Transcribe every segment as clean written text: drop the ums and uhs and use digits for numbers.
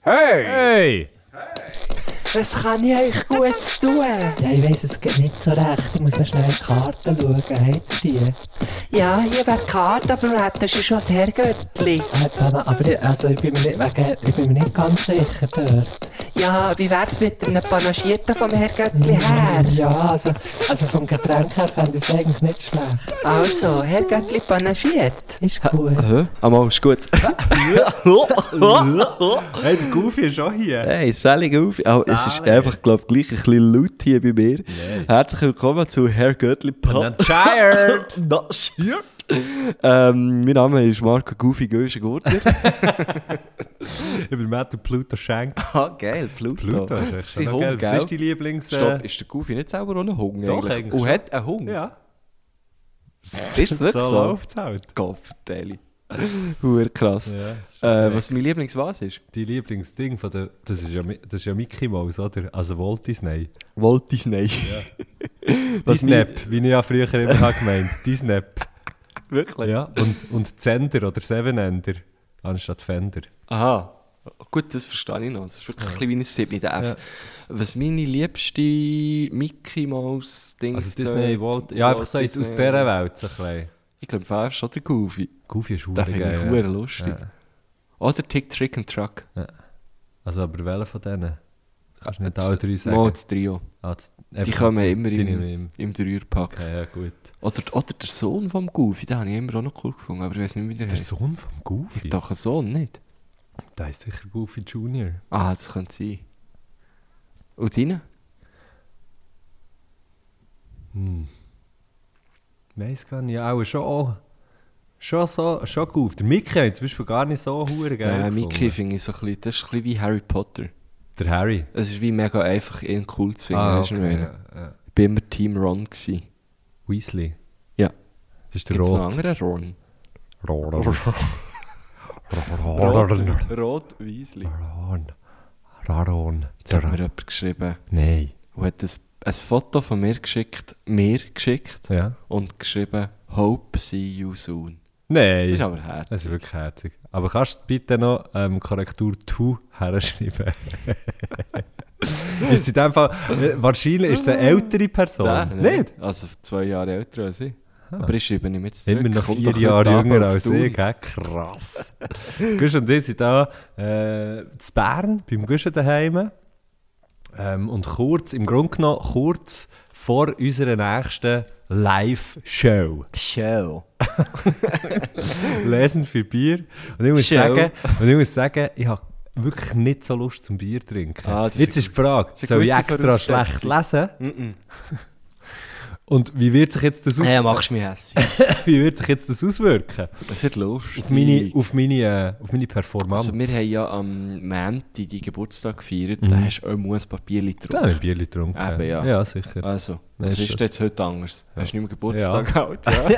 Hey! Was kann ich euch Gutes tun? Ja, ich weiss es geht nicht so recht. Ich muss noch schnell in die Karten schauen. Habt ihr die? Ja, hier wäre die Karte, aber wir hätten schon das Herrgöttli. Aber ich bin mir nicht ganz sicher dort. Ja, wie wär's mit einem Panagierten vom Herrgöttli her? Ja, also vom Getränk her fände ich es eigentlich nicht schlecht. Also, Herrgöttli panagiert. Ist gut. Einmal ist gut. Hey, der Goofy ist auch hier. Hey, Sally Goofy. Oh, es ist einfach, glaube ich, gleich ein bisschen laut hier bei mir. Nee. Herzlich willkommen zu Herr Göttli Not tired. Not sure. Mein Name ist Marco Goofy Göschen-Gurtner. Ich bin Matt und Pluto Schenk. Ah, geil, Pluto. Pluto Das ist ist ein Hund, geil. gell? Was ist dein Lieblings... Stopp, ist der Goofy nicht selber auch ein Hund? Doch, eigentlich Und schon. hat einen Hund? Ja. Ist es wirklich so? läuft's halt. Gott, vertelle. Huere krass. Ja, das ist schon Was mein Lieblingswas ist? dein Lieblingsding von der... Das ist ja Mickey Mouse, oder? Also Walt Disney. Walt Disney. Die Snap, wie ich ja früher immer habe gemeint. Die Snap. Wirklich? Ja. Und Zender oder Seven-Ender anstatt Fender. Aha. Gut, das verstehe ich noch. Das ist wirklich ein bisschen wie ein 7 der F. Ja. Was meine liebste Mickey Mouse Ding Also Disney, Walt... Ja, einfach so aus dieser Welt so ein bisschen. Ich glaube, das ist schon der Goofy. Goofy ist Den verdammt finde ich geil. verdammt lustig. Ja. Oder Tick, Trick and Truck. Also, aber welcher von denen? Kannst du nicht alle drei sagen? Mal das Trio. Ah, Die kommen immer die nehmen wir im Dreierpack. Okay, ja gut. Oder der Sohn vom Goofy, den habe ich immer auch noch cool gefunden, aber ich weiß nicht, wie der Der heißt. Sohn vom Goofy? Doch ein Sohn, nicht? Der ist sicher Goofy Junior. Ah, das könnte sein. Und deine? Weiss gar nicht. Ja, auch schon Goofy. Der Mickey habe ich zum Beispiel gar nicht so hure geil Mickey gefunden. finde ich so ein bisschen, das ist ein bisschen wie Harry Potter. Der Harry. Es ist wie mega einfach, ihn cool zu finden. Ah, weisst du, was ich okay. meine? Ja. Ich war immer Team Ron. Gewesen. Weasley. Ja. Das ist der Gibt es noch Rot. einen anderen Ron? Ron. Rot Weasley. Raron. Jetzt hat mir jemand geschrieben Nein. und hat ein Foto von mir geschickt Ja. und geschrieben «Hope see you soon». Nein. Das ist aber herzig. Das ist wirklich herzig. Aber kannst du bitte noch Korrektur «to» herschreiben? Ist sie in dem Fall... wahrscheinlich ist es eine ältere Person. Nein, Nicht? Also 2 Jahre älter als ich. Aber ich schreibe ihm jetzt Immer zurück. noch Kommt 4 doch ein Jahre bisschen jünger ab als auf ich. Thun. Gell? Krass. Gusch und ich sind da in Bern, beim Guschen daheim. Und im Grunde genommen kurz vor unserer nächsten Live-Show. Show. Lesen für Bier. Und ich muss sagen, ich habe wirklich nicht so Lust zum Bier trinken. Ah, das Jetzt ist ist die Frage, ist eine soll ich gute extra schlecht lesen? Und wie wird sich jetzt das Ja, machst du mich hässlich. wie wird sich jetzt das auswirken? Es wird lustig. Auf meine Performance. Also wir haben ja am Montag die Geburtstag gefeiert. Da hast du auch ein Papierchen Da getrunken. habe ich ein Bierchen getrunken. Eben, ja. Ja, sicher. Also, Nein, was ist ist jetzt heute anders? Hast du nicht mehr Geburtstag Ja. gehabt? Ja,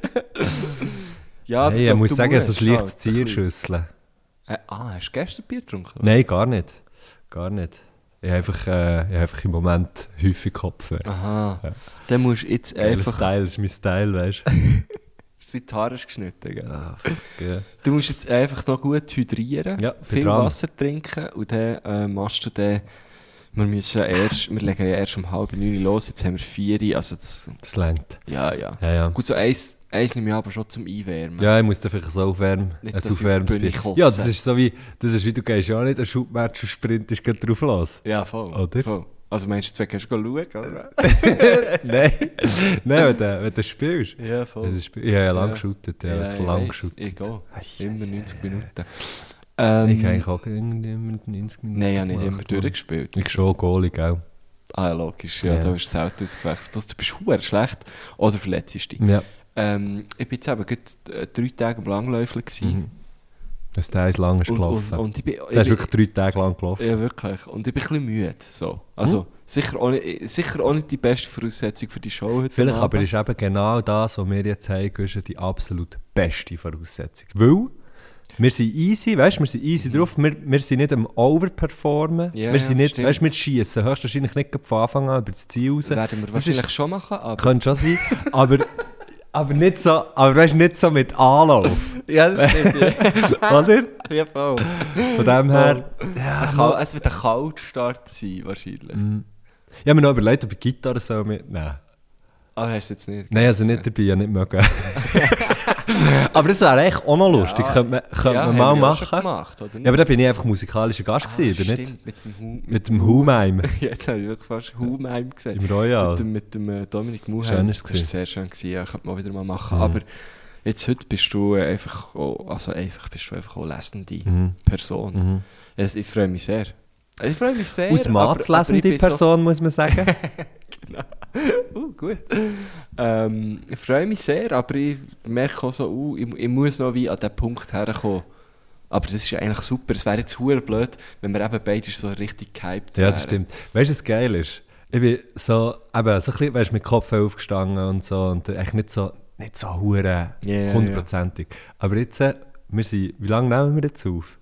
ja aber Hey, ich glaub, muss du sagen, musst es ist ein leichtes halt ein bisschen- Zierschüsseln. Hast du gestern Bier getrunken? Nein, gar nicht. Gar nicht. Ich habe einfach im Moment häufig Kopfweh. Aha. Ja. Dann musst du jetzt Geiler einfach... Style, ist mein Style, weißt Die Haare ist geschnitten, gell? Ah, fuck, ja. Du musst jetzt einfach noch gut hydrieren, Ja, viel bin dran. Wasser trinken und dann machst du dann... Wir legen ja erst um 8:30 los, jetzt haben wir 4, also das... Das längt. Ja. Ja. Gut, so eins nehme ich aber schon zum Einwärmen. Ja, ich muss da vielleicht so aufwärmen. Nicht, Ein dass ich auf die aufwärmendes Bühne Bier. kotze. Ja, das ist wie du gehst ja nicht ein Schubmatch und sprintest gerade drauf los. Ja, voll. Oder? Voll. Also meinst du, jetzt schauen, oder? Nein, wenn du spielst. Ja, voll. Ich habe ja lang geshootet. Ja, ich lang weiss. geshootet. Ich gehe. Immer 90 Minuten. Ich habe eigentlich auch immer 90 Minuten. Nein, ich habe nicht immer gemacht. durchgespielt. Ich schon, Goalie, gell? Ah, ja, logisch. Ja, Ja. da hast du selten ausgewechselt. Du bist verdammt schlecht oder verletzt dich. Ja. Ich war jetzt eben gerade 3 Tage am Langläufeln. Das Teil ist lang gelaufen. Und ich bin... Der ist wirklich 3 Tage lang gelaufen. Ja, wirklich. Und ich bin ein bisschen müde. So. Also, sicher auch nicht die beste Voraussetzung für die Show heute Vielleicht Abend. aber ist eben genau das, was wir jetzt haben, ist die absolut beste Voraussetzung. Weil wir sind easy, weißt du, wir sind easy drauf, wir sind nicht am Overperformen, Ja, wir sind nicht, stimmt. weißt du, wir schiessen höchstwahrscheinlich nicht von Anfang an über das Ziel raus. Das werden wir Das wahrscheinlich ist- schon machen, aber... Könnte schon sein, aber aber nicht so, aber weißt, nicht so mit Anlauf. Ja, das stimmt. Oder? Ja, voll. Von dem her... Ja, Es wird ein Kaltstart sein, wahrscheinlich. ich habe mir noch überlegt, ob ich Gitarre soll mitnehmen. Aber hast du jetzt nicht? Nein, also nicht dabei, ja nicht mögen. Aber das wäre echt auch noch lustig, könnte man mal machen. Gemacht, oder nicht? Ja, aber da bin ich einfach musikalischer Gast gewesen, oder nicht? Mit dem Humeim Jetzt habe ich wirklich fast Humeim gesagt. im Royal. Mit dem Dominik Muheim. Schön ist es Das war sehr schön gewesen, ja, könnte man wieder mal machen. Aber jetzt heute bist du einfach auch, auch lesende Person. Also, ich freue mich sehr. Aus Matz lesende Person, muss man sagen. Genau. Gut. Ich freue mich sehr, aber ich merke auch so, ich muss noch wie an diesen Punkt herkommen. Aber das ist eigentlich super. Es wäre jetzt verdammt blöd, wenn wir eben beide so richtig gehypt wären. Ja, das stimmt. Weißt du, was geil ist? Ich bin so, eben, so ein bisschen, weißt, mit Kopf aufgestanden und so und echt nicht so hure 100%ig. Aber jetzt, wie lange nehmen wir jetzt auf?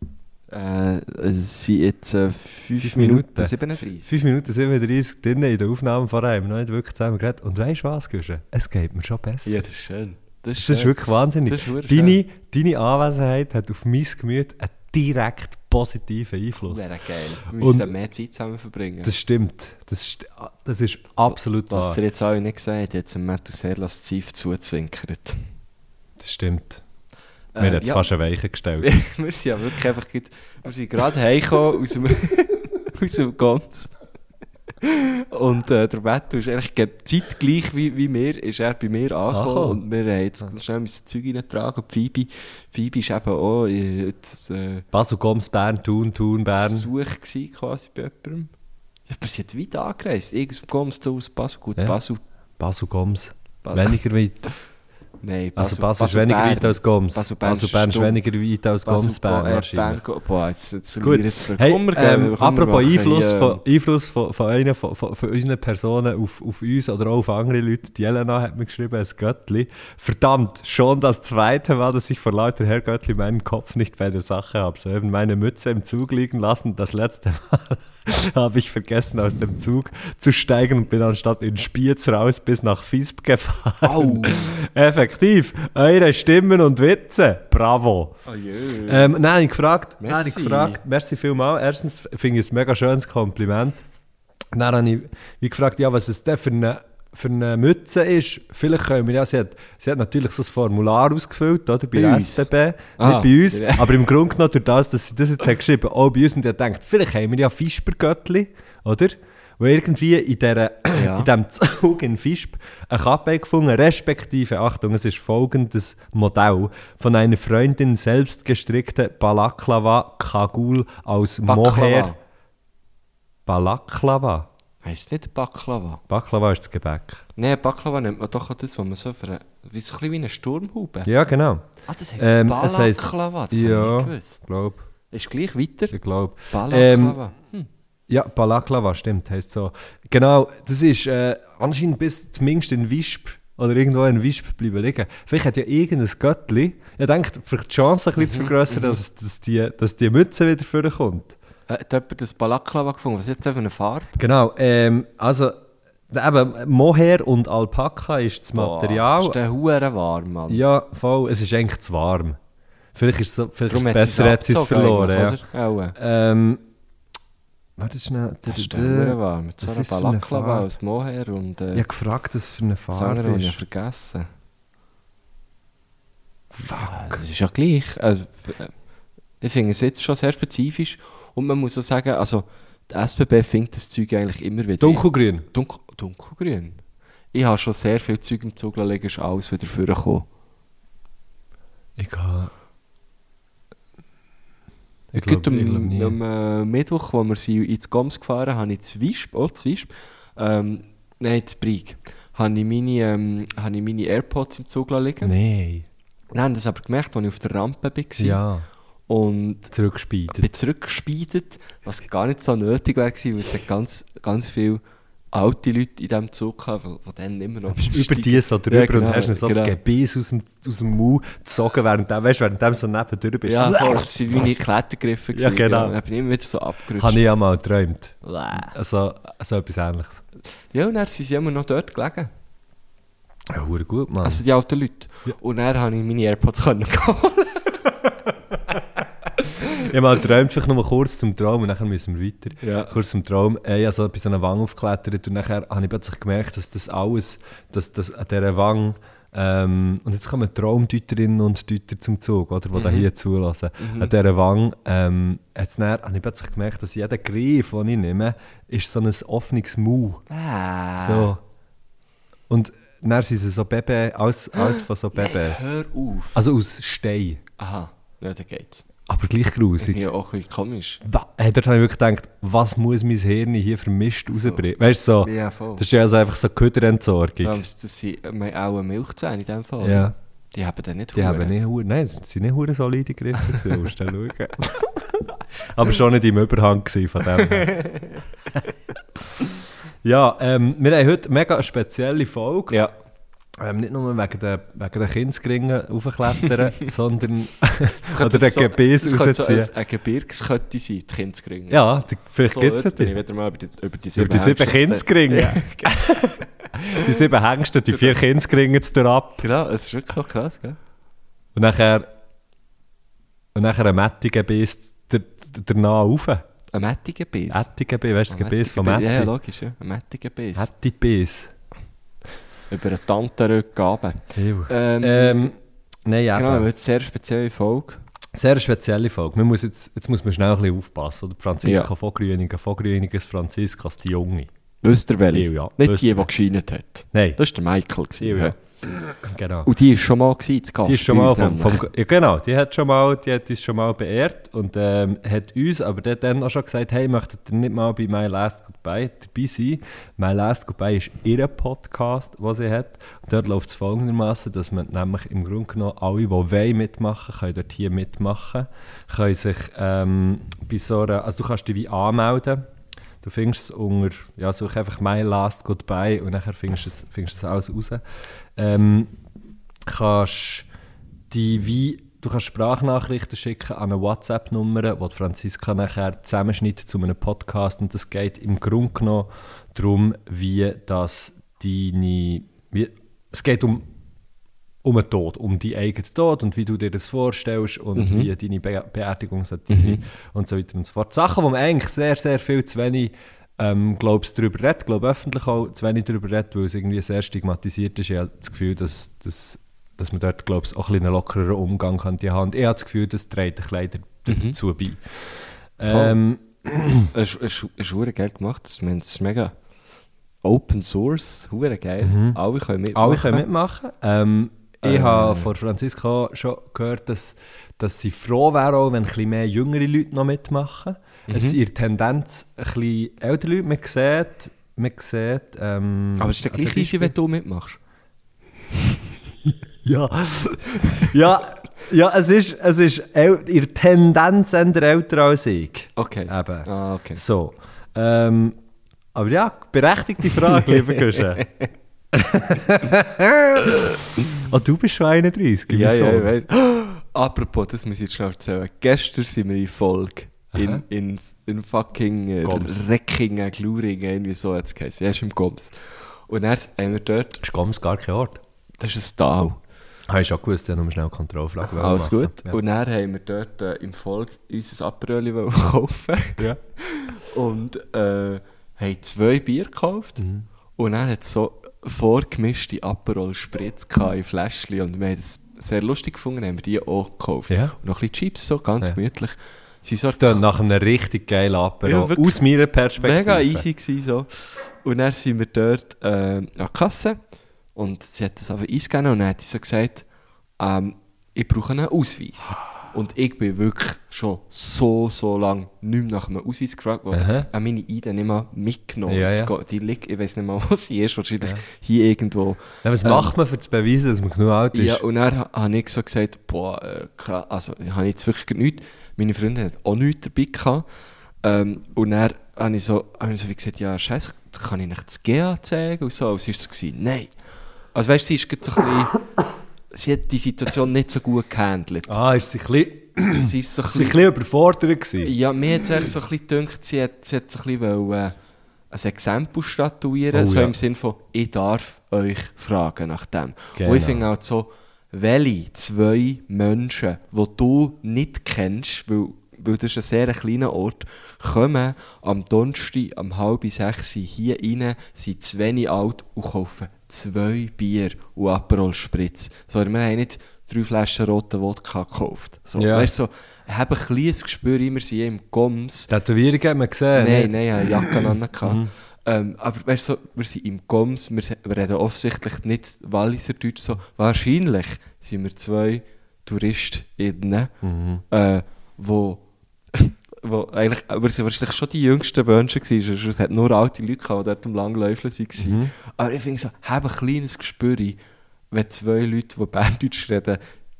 Es sind jetzt 5 Minuten 37. 5 Minuten 37 drinnen in der Aufnahme vorher haben wir noch nicht wirklich zusammen geredet. Und weißt du was, Guschen? Es geht mir schon besser. Ja, das ist schön. Das ist wirklich wahnsinnig. Das ist deine Anwesenheit hat auf mein Gemüt einen direkt positiven Einfluss. Wäre geil. Wir müssen mehr Zeit zusammen verbringen. Das stimmt. Das ist absolut wahr. Was ihr jetzt alle nicht gesagt, jetzt dem Matthew sehr lasziv zuzwinkert. Das stimmt. Wir haben jetzt fast eine Weiche gestellt. Wir sind ja wirklich einfach wir sind gerade heimgekommen aus dem Goms. Und der Matthew ist eigentlich zeitgleich wie mir, ist er bei mir angekommen. Und wir haben jetzt schnell unser Zeug reingetragen. Phoebe ist eben auch Basel, Goms, Bern, Thun, Bern. Besuch gewesen, quasi bei jemandem. Ja, wir sind jetzt weit angereist. Irgendwas Goms, aus Basel. Gut, ja. Basel, Goms. Weniger weit. Nein, Basel ist weniger weit als Goms. Basel Bern ist weniger weit als Goms Bern wahrscheinlich. Boah, jetzt gut. Hey, apropos Einfluss von einer von unseren Personen auf uns oder auch auf andere Leute. Die Elena hat mir geschrieben, ein Göttli. Verdammt, schon das zweite Mal, dass ich vor lauter Herrgöttli meinen Kopf nicht bei der Sache habe. So eben meine Mütze im Zug liegen lassen. Das letzte Mal habe ich vergessen, aus dem Zug zu steigen und bin anstatt in Spiez raus bis nach Visp gefahren. Au. Effektiv, eure Stimmen und Witze. Bravo. Oh je. Nein, ich gefragt. Merci vielmals. Erstens finde ich es ein mega schönes Kompliment. Dann habe ich gefragt, ja, was es denn für eine Mütze ist. Vielleicht können wir ja, sie hat natürlich so ein Formular ausgefüllt, oder, bei der SBB, nicht bei uns, aber im Grunde genommen durch das, dass sie das jetzt hat geschrieben, auch bei uns, und ich denkt, vielleicht haben wir ja Fischbergöttli, oder? Wo irgendwie in diesem Zug in Visp eine Kappe gefunden, respektive, Achtung, es ist folgendes Modell, von einer Freundin selbst gestrickte Balaklava Kagul aus Mohair. Balaklava? Heisst nicht Baklava? Baklava ist das Gebäck. Nein, Baklava nennt man doch auch das, was man so für wie so ein bisschen wie eine Sturmhaube. Ja, genau. Ah, das heisst Balaklava, das habe ich nicht gewusst. Ich glaube. Ist gleich weiter? Ich glaube. Balaklava. Ja, Balaklava, stimmt, heisst so. Genau, das ist anscheinend bis zumindest in Visp oder irgendwo in Visp bleiben liegen. Vielleicht hat ja irgendein Göttli, ich denke, für die Chance ein bisschen zu vergrössern, dass die Mütze wieder vorkommt. Hat jemand das Balaklava gefunden? Was ist jetzt für eine Farbe? Genau, also eben, Mohair und Alpaka ist das Material. Das ist der Hure warm, Mann. Ja, voll, es ist eigentlich zu warm. Vielleicht ist es besser, hat sie es verloren. Ja. Warte schnell. Das ist der warm. Mit so einer Balaklava aus Mohair und... ich habe gefragt, was für eine Farbe ist. Das habe ich vergessen. Fuck. Das ist ja gleich. Also, ich finde es jetzt schon sehr spezifisch. Und man muss auch sagen, also die SBB findet das Zeug eigentlich immer wieder... Dunkelgrün? Dunkelgrün. Ich habe schon sehr viel Zeug im Zug liegen, ist alles wieder vorgekommen. Ich glaube am Mittwoch, als wir ins Goms gefahren habe ich zu Visp, nein, zu Brig, habe ich meine AirPods im Zug liegen. Nein. Nein, das habe ich gemerkt, als ich auf der Rampe war. Ja. Und zurückgespeidet, was gar nicht so nötig wäre, weil es hat ganz viele alte Leute in diesem Zug gehabt, die dann immer noch... Über die so drüber, ja, genau, und hast so genau. Gebiss aus dem Mund gezogen, während du so nebendurch bist. Ja, das waren meine Klettergriffe. Ja, genau. Ja, ich bin immer wieder so abgerutscht. Habe ich ja mal geträumt. So etwas Ähnliches. Ja, und dann sind sie immer noch dort gelegen. Ja, verdammt gut, Mann. Also die alten Leute. Ja. Und dann konnte ich meine AirPods holen. Ich habe mal geträumt, vielleicht noch kurz zum Traum und dann müssen wir weiter. Ja. Kurz zum Traum, ich habe so bei so einer Wange aufgeklettert und nachher habe ich plötzlich gemerkt, dass das alles, dass an dieser Wange, und jetzt kommen Traumdeuterinnen und Deuter zum Zug, oder, die da hier zulassen. An dieser Wange habe ich plötzlich gemerkt, dass jeder Griff, den ich nehme, ist so ein offenes Mau. So. Und dann sind sie so Baby, alles von so Babys. Hör auf. Also aus Stein. Aha, ja, dann geht's. Aber gleich grusig. Ja, auch ein bisschen komisch. Dort habe ich wirklich gedacht, was muss mein Hirn hier vermischt rausbringen? Weißt du, so, Ja, voll. das ist ja also einfach so Köderentsorgung. Das sind auch Milchzähne in dem Fall. Ja. Die haben dann nicht Die Huren. haben nicht nein, es sind nicht hure solide Griffe. Du musst dann schauen. Aber schon nicht im Überhang gewesen von dem her. Ja, wir haben heute mega eine spezielle Folge. Ja. Nicht nur wegen den Kindsgringen raufklettern, sondern oder den Gebiss rausziehen. Das könnte rausziehen. so eine Gebirgskette sein, die Kindsgringen. Ja, vielleicht gibt es Jetzt bin ich die. wieder mal über die Über die 7 Hengste- Kindsgringen. Ja. Die 7 Hengste, die 4 Kindsgringen jetzt ab. Genau, es ist wirklich auch krass, gell? Und nachher ein Mättigebiss danach rauf. Ein Mättigebiss. Mättigebiss, weißt du, das Gebiss von Mätti. Mätti? Ja, logisch, ja. Ein Mättigebiss. Mättigebiss. Über einen Tantenrücken runter. Nein, ja. Genau, heute eine sehr spezielle Folge. Sehr spezielle Folge. Jetzt muss man schnell ein bisschen aufpassen. Oder? Franziska Ja. von Grüniges, Franziskas, die Junge. Wisst ihr welche? Ja, Nicht wisst die, ihr. die gescheint hat. Nein, Das war der Michael. Ja. Ja. genau. Und die war schon mal zu Gast. Die ist schon bei mal uns vom, nämlich. ja, genau, die hat uns schon mal beehrt und hat uns aber dann auch schon gesagt, hey, möchtet ihr nicht mal bei My Last Goodbye dabei sein? My Last Goodbye ist ihr Podcast, den sie hat. Und dort läuft es folgendermaßen, dass man nämlich im Grunde genommen alle, die wollen mitmachen, können dort hier mitmachen, können sich bei so einer, also du kannst dich wie anmelden. Du findest es unter, ja, such einfach My Last Goodbye und nachher findest du es alles raus. Du kannst Sprachnachrichten schicken an eine WhatsApp-Nummer, die Franziska nachher zusammenschneidet zu einem Podcast. Und es geht im Grunde genommen darum, es geht um den Tod, um deinen eigenen Tod und wie du dir das vorstellst und wie deine Beerdigung sollte sein und so weiter und so fort. Sachen, wo man eigentlich sehr, sehr viel zu wenig darüber redet, öffentlich auch zu wenig darüber redet, weil es irgendwie sehr stigmatisiert ist. Ich habe das Gefühl, dass man dort, glaube ich, auch ein bisschen einen lockereren Umgang könnte haben. Und ich habe das Gefühl, das trägt ein bisschen dazu bei. Es ist verdammt geil gemacht. Ich meine, es ist mega Open Source, verdammt geil. Alle können mitmachen. Alle können mitmachen. Ich habe von Franziska schon gehört, dass sie froh wäre, auch, wenn ein bisschen mehr jüngere Leute noch mitmachen. Es sind in der Tendenz ein bisschen ältere Leute. Man sieht Aber es ist ja gleich easy, wenn du mitmachst. Ja. Ja, es ist in der Tendenz eher älter als ich. Okay. Eben. Ah, okay. So. Aber ja, berechtigte Frage, lieber Guschen. Oh, du bist schon 31, Ja, wieso? ja, ich weiss. Apropos, das muss ich jetzt schnell erzählen. Gestern sind wir in Folge in fucking Goms. Reckingen, Gluringen, irgendwie so hat es geheißen. Ja, ist im Goms. Und dann haben wir dort, Ist Goms gar kein Ort? das ist ein Tal. Habe ich schon gewusst, ich habe nur schnell eine Kontrollfrage Alles machen. gut. Ja. Und dann haben wir dort im Folge unser Aperöli kaufen. Ja. Und haben 2 Bier gekauft. Und dann hat es so vorgemischte Aperol Spritz in Fläschchen. Und wir haben es sehr lustig gefunden, haben wir die auch gekauft. Ja. Und noch ein bisschen Chips, so ganz gemütlich. Sie so Das klingt nach einem richtig geilen Apero. Ja, wirklich. Aus meiner Perspektive. mega easy gewesen, so. Und dann sind wir dort an der Kasse. Und sie hat das aber eingegeben und dann hat sie so gesagt, ich brauche einen Ausweis. Und ich bin wirklich schon so lange nicht mehr nach einem Ausweis gefragt worden. Aha. Auch meine ID nicht mal mitgenommen. Ja, Jetzt ja. Die liegt, ich weiß nicht mal, wo sie ist. Wahrscheinlich hier irgendwo. Ja, was macht man, um zu beweisen, dass man genug alt ist? Ja, und dann habe ich so gesagt, boah, klar, also ich habe jetzt wirklich nichts. Meine Freundin hat auch nichts dabei gehabt. Und dann habe ich so wie gesagt, ja, scheiße, kann ich nicht das GA zeigen? Und so. Und sie war so, nein. Also weißt du, sie ist gerade so ein bisschen, sie hat die Situation nicht so gut gehandelt. Ah, ist sie ein Sie ist so ein bisschen überfordert gewesen? ja, mir hat es eigentlich so ein bisschen gedacht, sie hat so ein bisschen wollen, Exempel statuieren, Oh, so ja. im Sinne von, ich darf euch fragen nach dem. Genau. Und ich finde auch so, welche 2 Menschen, die du nicht kennst, weil das ist ein sehr kleiner Ort, kommen am Donnerstag um 5:30 hier rein, sind zu wenig alt und kaufen 2 Bier und Aperol Spritz. So, wir haben nicht 3 Flaschen roten Wodka gekauft. So, Ja. weißt du, so, ich habe ein kleines Gespür, immer sie im Goms. Tätowierung hat man gesehen. Nein, nicht? nein, ich hatte eine Jacke an. Aber weißt du, so, wir sind im Goms, wir reden offensichtlich nicht Walliserdeutsch, so, wahrscheinlich sind wir 2 TouristInnen, wo eigentlich, aber es waren wahrscheinlich schon die jüngsten Menschen gewesen, es hat nur alte Leute gehabt, die dort am Langläufeln waren. Aber ich finde so, habe ein kleines Gespür, wenn 2 Leute, die Berndeutsch reden,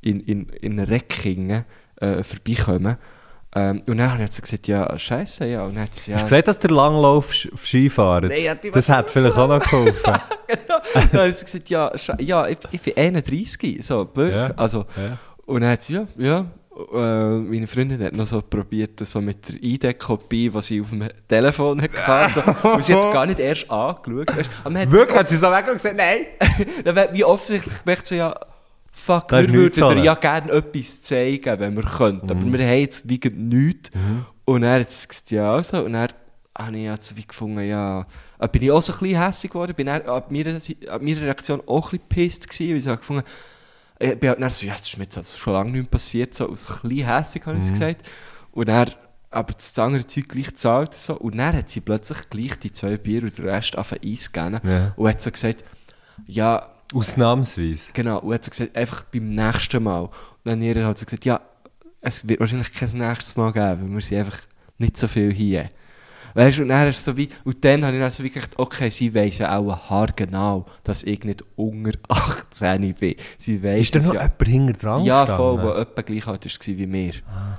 in Reckingen vorbeikommen. Und dann habe ich so gesagt, ja, scheisse, ja. Und dann hat sie, ja. Hast du gesagt, dass der Langlauf Skifahrer? Nein, ja, die das was hat vielleicht auch noch geholfen. Genau. Dann hat sie gesagt, ja, ich bin 31, so, wirklich. Ja. Also, Ja. und dann hat sie, ja. Meine Freundin hat noch so probiert, so mit der ID-Kopie, die sie auf dem Telefon hatte, so, und sie hat es gar nicht erst angeschaut. Weißt, aber man hat Wirklich? Hat sie so weg und gesagt, nein? dann wär- wie offensichtlich merkt sie ja, fuck, Da ist wir nichts würden dir zu ja gerne etwas zeigen, wenn wir könnten. Aber wir haben jetzt wie nichts. Und er hat sie gesagt, ja, also. Und dann habe ich jetzt wie gefunden, ja, bin ich auch so ein bisschen hässlich geworden. Bin dann ab meiner Reaktion auch ein bisschen pisst gewesen, weil ich so gefunden ich bin halt dann so, ja, das ist mir jetzt also schon lange nicht mehr passiert, so aus ein bisschen hässlich habe ich es gesagt. Und dann aber das andere Zeug gleich gezahlt. So. Und dann hat sie plötzlich gleich die 2 Bier und den Rest angefangen einzugeben. Ja. Und hat so gesagt, ja, Ausnahmsweise. genau, und hat so gesagt, einfach beim nächsten Mal. Und dann hat sie gesagt, ja, es wird wahrscheinlich kein nächstes Mal geben, weil wir sind einfach nicht so viel hier. Weißt du, und dann ist es so wie, und dann habe ich dann so wie gedacht, okay, sie weiss ja auch haargenau, dass ich nicht unter 18 bin. Sie weiss Ist da es noch ja. jemand hinter dran Ja, gestanden? voll, der etwa gleich alt war wie mir.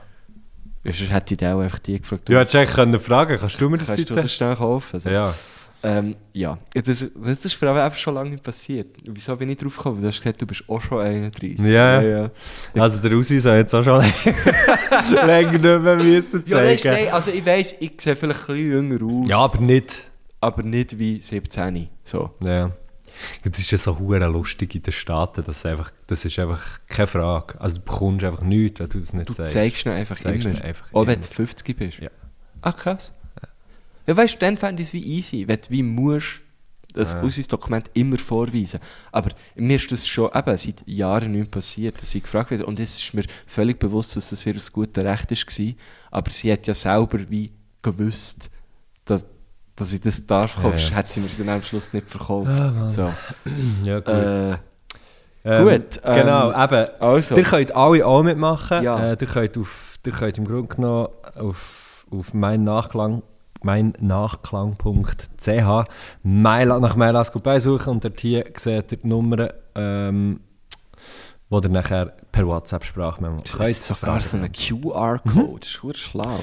Sonst hätte ich dann auch einfach die gefragt, Du hättest eigentlich können fragen, kannst du mir das kannst du bitte? das schnell kaufen? Also, Ja. ja, das ist vor allem einfach schon lange nicht passiert. Wieso bin ich drauf gekommen? Du hast gesagt, du bist auch schon 31. Ja. Also der Ausweis hat jetzt auch schon länger nicht mehr müssen Ja, weißt, zeigen. nein, also ich weiss, ich sehe vielleicht ein bisschen jünger aus. Ja, aber nicht. aber nicht wie 17. So. Ja. Das ist ja so hure lustig in den Staaten, das ist einfach keine Frage. Also du bekommst einfach nichts, wenn du das nicht Du zeigst. zeigst ihn einfach Zeigst immer. ihn einfach Auch wenn immer. du 50 bist. Ja. Ach krass. Ja, weißt du, dann fände ich es wie easy, wenn du wie musst das Ausweisdokument immer vorweisen. Aber mir ist das schon eben seit Jahren nicht mehr passiert, dass sie gefragt wird. Und es ist mir völlig bewusst, dass das ihr gutes Recht war. Aber sie hat ja selber wie gewusst, dass ich das darf. Ja. Sonst hätte sie mir es dann am Schluss nicht verkauft. Mann. So. Ja, gut. Gut, Genau, eben. Also. Ihr könnt alle auch mitmachen. Ja. Ihr könnt im Grunde genommen auf meinnachklang.ch nach Mailas suchen und dort hier seht ihr die Nummern, wo ihr nachher per WhatsApp-Sprache Das ist sogar so ein QR-Code. Das ist verdammt schlau.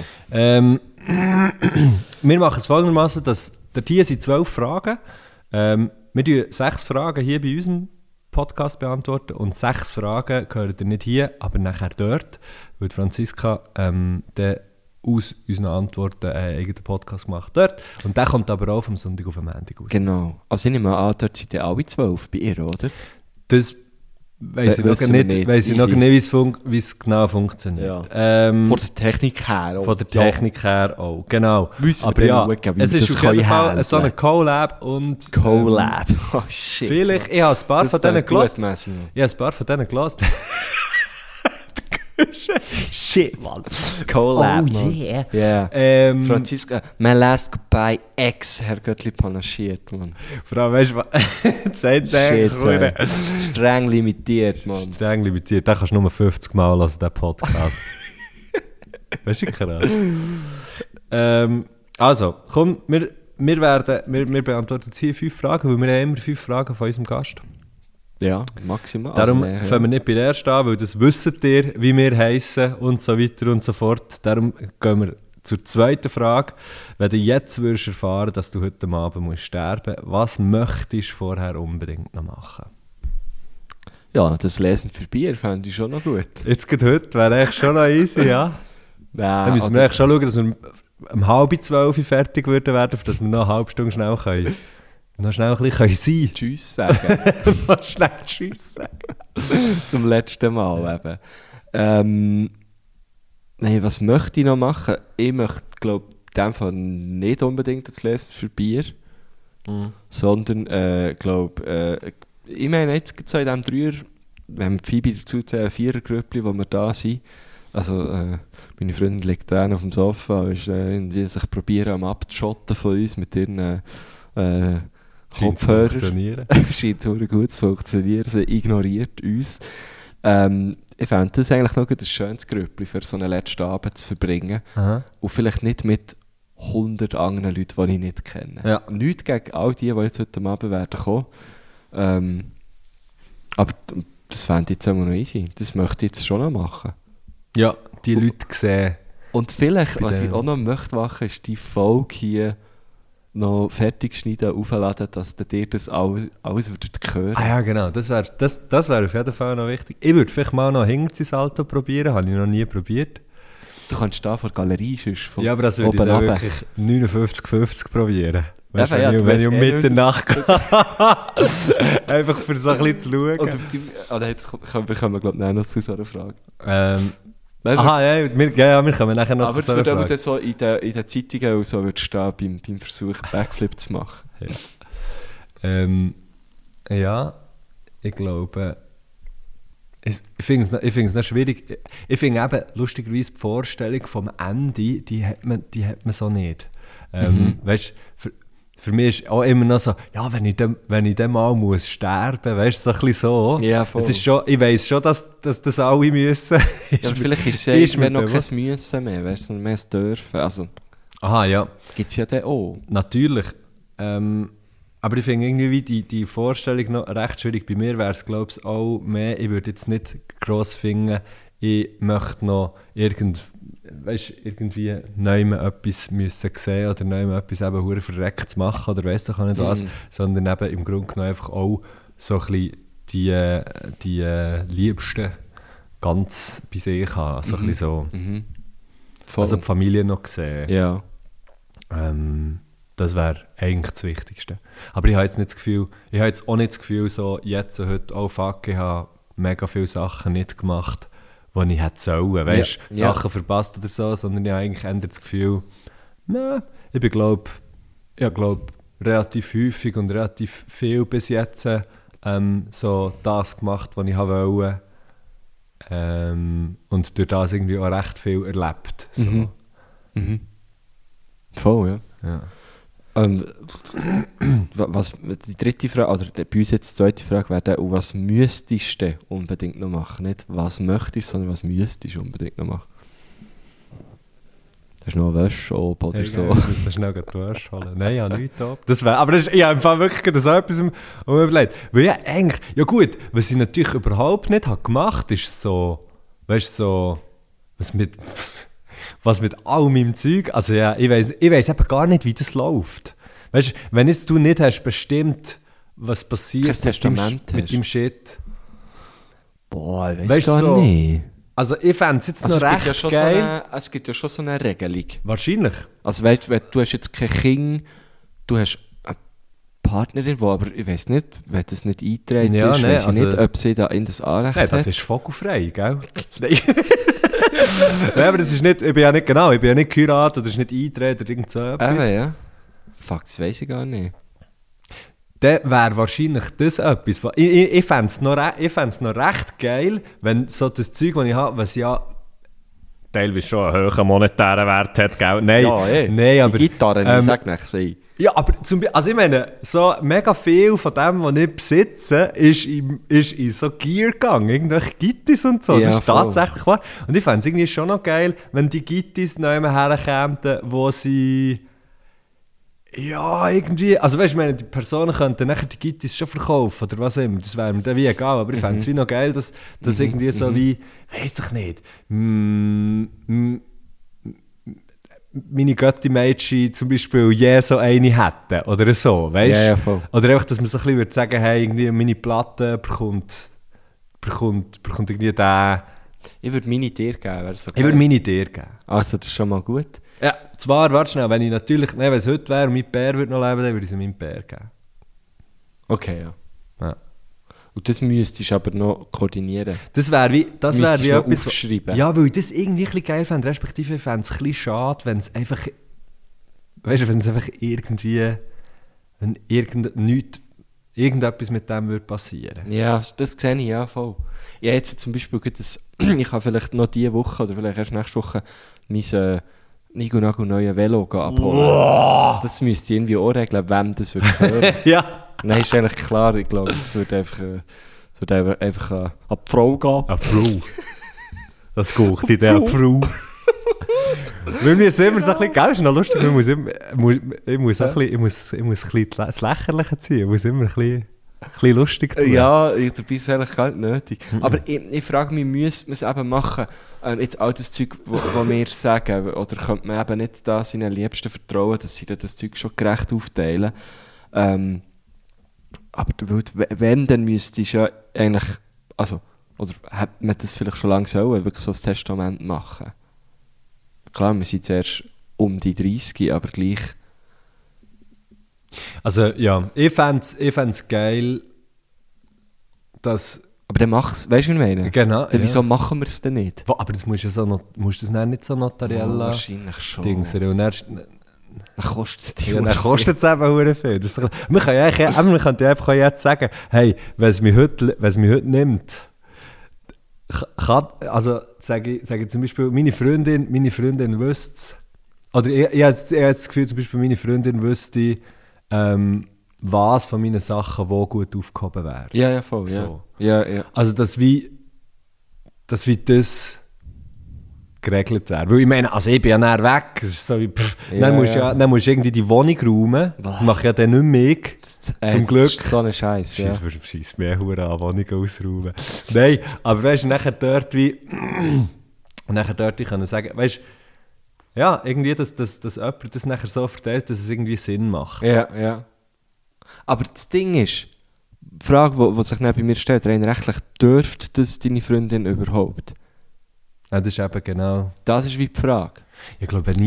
Wir machen es folgendermaßen, dass dort hier sind 12 Fragen. Wir beantworten 6 Fragen hier bei unserem Podcast beantworten und 6 Fragen gehören ihr nicht hier, aber nachher dort, weil Franziska dann aus unseren Antworten einen eigenen Podcast gemacht dort. Und der kommt aber auch vom Sonntag auf den Montag raus. Genau. Also ich nehme an, dort sind ja alle 12 bei ihr, oder? Das weiss ich noch Wissen wir nicht, nicht. weiss ich noch Easy. nicht, wie es genau funktioniert. Von der Technik her. auch. Von der Technik her auch, genau. Müssen wir Aber ja, dann schauen, wie es wir ist das auf jeden können Fall handeln. so eine Collab und Collab. Oh shit. vielleicht, ich habe ein paar von denen gelassen. gelassen. Ich habe ein paar von denen gelassen. Shit, Mann. Collab. Oh Mann. yeah. Yeah. Franziska, my last goodbye ex, Herr Göttli panaschiert, Mann. Vor allem, weißt du, was? Sagt Shit, der streng limitiert, Mann. streng limitiert. Den kannst du nur 50 Mal hören, diesen Podcast. Weißt du, krass. Also, komm, wir beantworten jetzt hier 5 Fragen, weil wir haben immer 5 Fragen von unserem Gast. Ja, maximal. Darum Also, fangen wir nicht bei der ersten an, weil das wisst ihr, wie wir heissen und so weiter und so fort. Darum gehen wir zur zweiten Frage. Wenn du jetzt würdest erfahren, dass du heute Abend musst sterben musst, was möchtest du vorher unbedingt noch machen? Ja, das Lesen für Bier fände ich schon noch gut. Jetzt geht heute, wäre echt schon noch easy, ja. Nein, Dann müssen wir echt schon schauen, dass wir um 11:30 fertig würden werden, für dass wir noch eine halbe Stunde schnell können. Noch schnell ein bisschen sein. Tschüss sagen. Noch schnell Tschüss sagen. Zum letzten Mal eben. Nein, was möchte ich noch machen? Ich möchte, glaube ich, in dem Fall nicht unbedingt das Lesen für Bier. Sondern, ich meine, jetzt gibt es in diesem Dreier, wenn wir Phoebe dazu zählen, 4er-Grüppli, wo wir da sind. Also, meine Freundin liegt da auf dem Sofa und ist irgendwie sich probieren am abzuschotten von uns mit ihren Kopfhörern. Scheint sehr gut zu funktionieren. Sie ignoriert uns. Ich fände das eigentlich noch ein schönes Grüppli für so einen letzten Abend zu verbringen. Aha. Und vielleicht nicht mit 100 anderen Leuten, die ich nicht kenne. Ja. Nichts gegen all die jetzt heute Abend werden kommen. Aber das fände ich jetzt immer noch easy. Das möchte ich jetzt schon noch machen. Ja, die Leute sehen. Und vielleicht, Bei was den- ich auch noch möchte machen, ist die Folge hier noch fertig schneiden, aufladen, dass ihr das alles würdet hören. Ah ja, genau, das wär auf jeden Fall noch wichtig. Ich würde vielleicht mal noch hinter Salto probieren, habe ich noch nie probiert. Du kannst da vor der Galerie sonst von Ja, aber das würde ich oben dann runter. wirklich 59,50 probieren. Weißt, Eben, ja, du wenn ich um weißt eh Mitternacht einfach für so ein bisschen zu schauen. Und auf die, jetzt kommen wir, glaube ich, noch zu so einer Frage. Nein, Aha, ja, wir kommen nachher noch aber zu es so einer würde aber Frage. dann so in den Zeitungen und so würde stehen, beim Versuch, Backflip zu machen. Ja, ich glaube, ich finde es noch schwierig. Ich finde eben, lustigerweise, die Vorstellung vom Ende, die hat man so nicht. Weißt, für mich ist auch immer noch so, ja, wenn ich dann mal muss sterben, weißt du, so ein bisschen so. Ja, voll. Es ist schon, ich weiss schon, dass das alle müssen. Ja, aber vielleicht ist es mir irgendwann noch bewusst. kein Müssen mehr, weißt du, sondern mehr das Dürfen. Also, Aha, ja. gibt es ja dann auch. Natürlich. Aber ich finde irgendwie die Vorstellung noch recht schwierig. Bei mir wäre es, glaube ich, auch mehr, ich würde jetzt nicht gross finden, ich möchte noch irgendwie neu etwas müssen sehen oder neu etwas eben hure verreckt zu machen oder weiss doch auch nicht was, sondern eben im Grunde genommen einfach auch so ein bisschen die Liebsten ganz bei sich haben. So ein bisschen so. Voll. Also die Familie noch sehen. ja. Das wäre eigentlich das Wichtigste. Aber ich habe jetzt auch nicht das Gefühl, so jetzt und heute, oh fuck, ich habe mega viele Sachen nicht gemacht, die ich hätte sollen. Weißt du, Ja. Sachen verpasst oder so, sondern ich habe eigentlich eher das Gefühl, ich glaube, relativ häufig und relativ viel bis jetzt so das gemacht, was ich wollte. Und durch das irgendwie auch recht viel erlebt. So. Voll, ja. Ja. Was, die dritte Frage, oder bei uns jetzt die zweite Frage wäre dann, und was müsstest du unbedingt noch machen? Nicht was möchtest, sondern was müsstest du unbedingt noch machen? Hast du noch eine Wäsche oder so? Ich muss schnell die Wäsche holen. Nein, ich habe nichts ab. Aber ich habe im Fall wirklich so etwas überlegt. Weil ja eigentlich, ja gut, was ich natürlich überhaupt nicht habe gemacht, ist so, weißt du, so, was mit all meinem Zeug, also ja, ich weiss eben gar nicht, wie das läuft. Weißt du, wenn jetzt du nicht hast bestimmt, was passiert Kein Testament mit hast. dem Shit. Boah, ich Weißt weiss gar so, nicht. Also ich fände es jetzt Also noch es gibt, ja recht schon geil. es gibt ja schon so eine Regelung. Wahrscheinlich. Also weißt du, hast jetzt kein Kind, du hast eine Partnerin, die aber, ich weiss nicht, wenn das nicht eingetragen Ja, ist, nein, weiss ich also- nicht, ob sie da in das Anrecht Nein, das hat. ist vogelfrei, gell? Nein. Nein, aber das ist nicht, ich bin ja nicht geheiratet oder ist nicht eingetreten oder irgend so etwas. Eben, ja. Fuck, das weiss ich gar nicht. Dann wäre wahrscheinlich das etwas. Ich fände es noch recht geil, wenn so das Zeug, das ich habe, was ja teilweise schon einen hohen monetären Wert hat, gell? Nein, nein, aber... die Gitarre, ich sag nicht, sie. Ja, aber also ich meine, so mega viel von dem, was ich besitze, ist in so Gear gegangen. Irgendwelche Gittis und so. Ja, Das ist voll. tatsächlich wahr. Und ich fände es irgendwie schon noch geil, wenn die Gittis neu herkämen, wo sie... Ja, irgendwie... Also weißt du, ich meine, die Personen könnten nachher die Gittis schon verkaufen oder was immer. Das wäre mir dann wie egal. Aber ich fände es wie noch geil, dass irgendwie so wie... Weiss doch nicht. Meine Götti-Mädchen zum Beispiel je so eine hätten oder so, weißt du? Ja, voll. Oder einfach, dass man so ein bisschen würde sagen, hey, irgendwie meine Platte bekommt irgendwie den... Ich würde meine dir geben, wäre so Ich würde meine dir geben. Also, das ist schon mal gut. Ja. zwar, warte schnell, wenn es heute wäre und mein Bär würde noch leben, dann würde ich es meinem Bär geben. Okay, ja. Ja. Und das müsstest du aber noch koordinieren. Das wäre wie müsstest du noch etwas... aufschreiben. Ja, weil ich das irgendwie ein bisschen geil fände, respektive ich fände es ein bisschen schade, wenn es einfach... Weißt du, wenn es einfach irgendwie... Wenn irgendetwas mit dem würde passieren. Ja, das sehe ich ja voll. Ja, jetzt zum Beispiel, ich habe vielleicht noch diese Woche oder vielleicht erst nächste Woche mein neue Velo abholen. Wow. Das müsste ich irgendwie auch regeln, wem das würde gehören. Ja. Nein, ist eigentlich klar. Ich glaube, es würde einfach an die Frau gehen. Eine Frau. Das guckt in der Frau. Wir müssen immer so ein bisschen, gell, ist noch lustig, ich muss ein bisschen das Lächerliche ziehen, ich muss immer ein bisschen lustig tun. Ja, dabei ist es eigentlich gar nicht nötig. Aber ich frage mich, müsste man es eben machen, jetzt all das Zeug, wo wir sagen, oder könnte man eben nicht da seinen Liebsten vertrauen, dass sie das Zeug schon gerecht aufteilen. Aber wenn, dann müsste ich ja eigentlich, also, oder hat man das vielleicht schon lange sollen, wirklich so ein Testament machen? Klar, wir sind zuerst um die 30, aber gleich. Also ja, ich fände es geil, dass... Aber dann mach's, weißt du, was ich meine? Genau, dann, wieso machen wir es denn nicht? Aber das musst du das dann nicht so notariell wahrscheinlich schon. Dingsen. Und dann kostet es die dann kostet es eben verdammt viel. Man könnte ja einfach jetzt sagen, hey, wenn es mich heute nimmt, also sage ich zum Beispiel, meine Freundin wüsste es, oder ich habe das Gefühl, zum Beispiel meine Freundin wüsste, was von meinen Sachen wo gut aufgehoben wäre. Ja, voll, so. Ja. Also dass wie das geregelt wäre. Weil ich meine, also ich bin ja näher weg, es ist so wie, dann musst du irgendwie die Wohnung räumen, das mache ich ja dann nicht mehr. Zum Glück. Das ist so ein Scheiß, ja. Scheiss mehr Huren an, Wohnungen ausräumen. Nein, aber weißt du, nachher dort wie können sagen, weißt du, ja, irgendwie, dass jemand das nachher so verteilt, dass es irgendwie Sinn macht. Ja. Aber das Ding ist, die Frage, die sich dann bei mir stellt, rein rechtlich, dürfte das deine Freundin überhaupt? Ja, das ist eben genau... Das ist wie die Frage. Ich glaube, wenn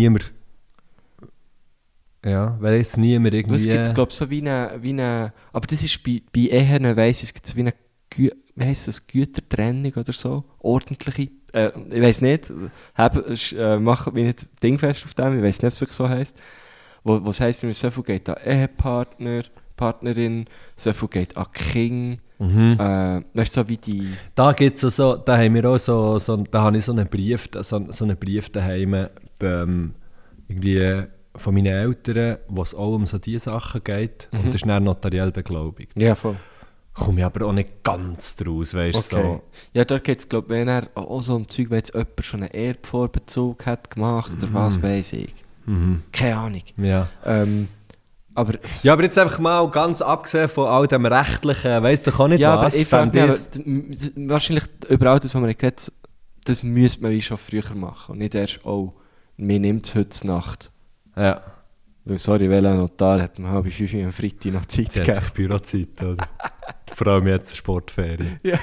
jetzt niemand irgendwie... Es gibt, glaube ich, so wie eine... Aber das ist bei Ehen, weiss ich, es gibt so wie eine... Wie heisst das? Gütertrennung oder so? Ordentliche... ich weiss nicht. Machen wir nicht dingfest auf dem. Ich weiss nicht, ob es wirklich so heisst. Wo es heisst, so viel geht an Ehepartner, Partnerin, so viel geht an Kind. Weißt du, so wie die... Da gibt's so, da haben wir auch da habe ich so einen Brief daheim, irgendwie von meinen Eltern, wo es auch um so diese Sachen geht. Und das ist dann notariell beglaubigt. Ja, voll. Komme ich aber auch nicht ganz draus, weißt du. Okay. So. Ja, da geht es, glaube ich, wenn er auch so um Zeug, wenn jetzt jemand schon einen Erbvorbezug hat gemacht oder was weiß ich. Keine Ahnung. Ja. Aber jetzt einfach mal ganz abgesehen von all dem Rechtlichen, weißt du auch nicht ja, was. Aber ich frage mich, wahrscheinlich über all das, was wir geredet haben, das müsste man wie schon früher machen und nicht erst, mir nimmt es heute Nacht. Ja. Weil, sorry, welcher Notar hat mir bei 5 Uhr am Freitag noch Zeit gegeben? Die hat Bürozeit, oder? Vor allem jetzt eine Sportferien. Ja.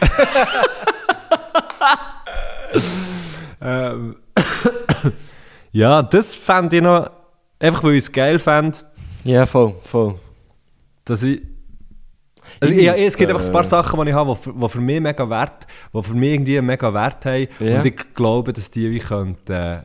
Ja, das fände ich noch, einfach weil ich es geil fände. Ja, voll. Dass ich... Also es gibt einfach ein paar Sachen, die ich habe, die für mich mega Wert, die für mich irgendwie einen mega Wert haben. Ja. Und ich glaube, dass die wie könnten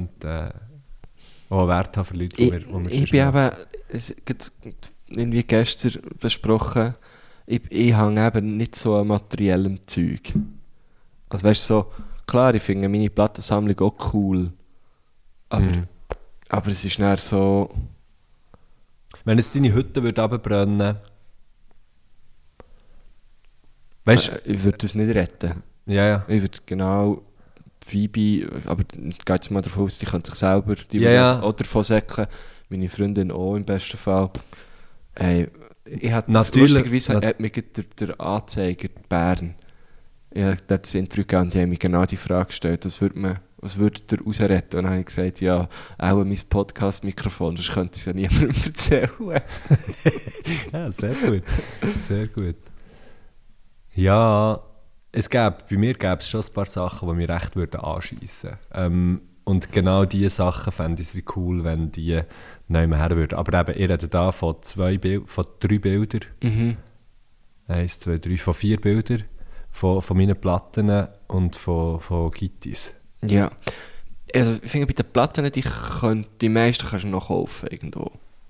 auch Wert haben für Leute, die wir ich bin eben, irgendwie gestern besprochen, ich hänge eben nicht so an materiellem Zeug. Also weißt du, so, klar, ich finde meine Plattensammlung auch cool, aber es ist dann so... Wenn jetzt deine Hütte runterbrennen würde, weißt du... Ich würde das nicht retten. Ja. Ich würde genau... Phoebe, aber geht jetzt mal davon aus, die kann sich selber auch davon säckeln. Meine Freundin auch im besten Fall. Ich hatte lustigerweise hat mich der Anzeiger Bern. Ich habe das Interview gegeben und die haben mir genau die Frage gestellt, was würdet ihr rausretten? Und dann habe ich gesagt, ja, auch mein Podcast-Mikrofon, sonst könnte ich es ja niemandem erzählen. Ja, sehr gut. Ja... bei mir gäbe es schon ein paar Sachen, die mich recht anschiessen würden. Und genau diese Sachen fände ich es wie cool, wenn die nicht mehr her würden. Aber eben, ich rede da von 3 Bildern. Mhm. 1, 2, 3, von 4 Bildern. Von meinen Platten und von Gittis. Ja. Also, ich finde, bei den Platten, die meisten kannst du noch kaufen irgendwo.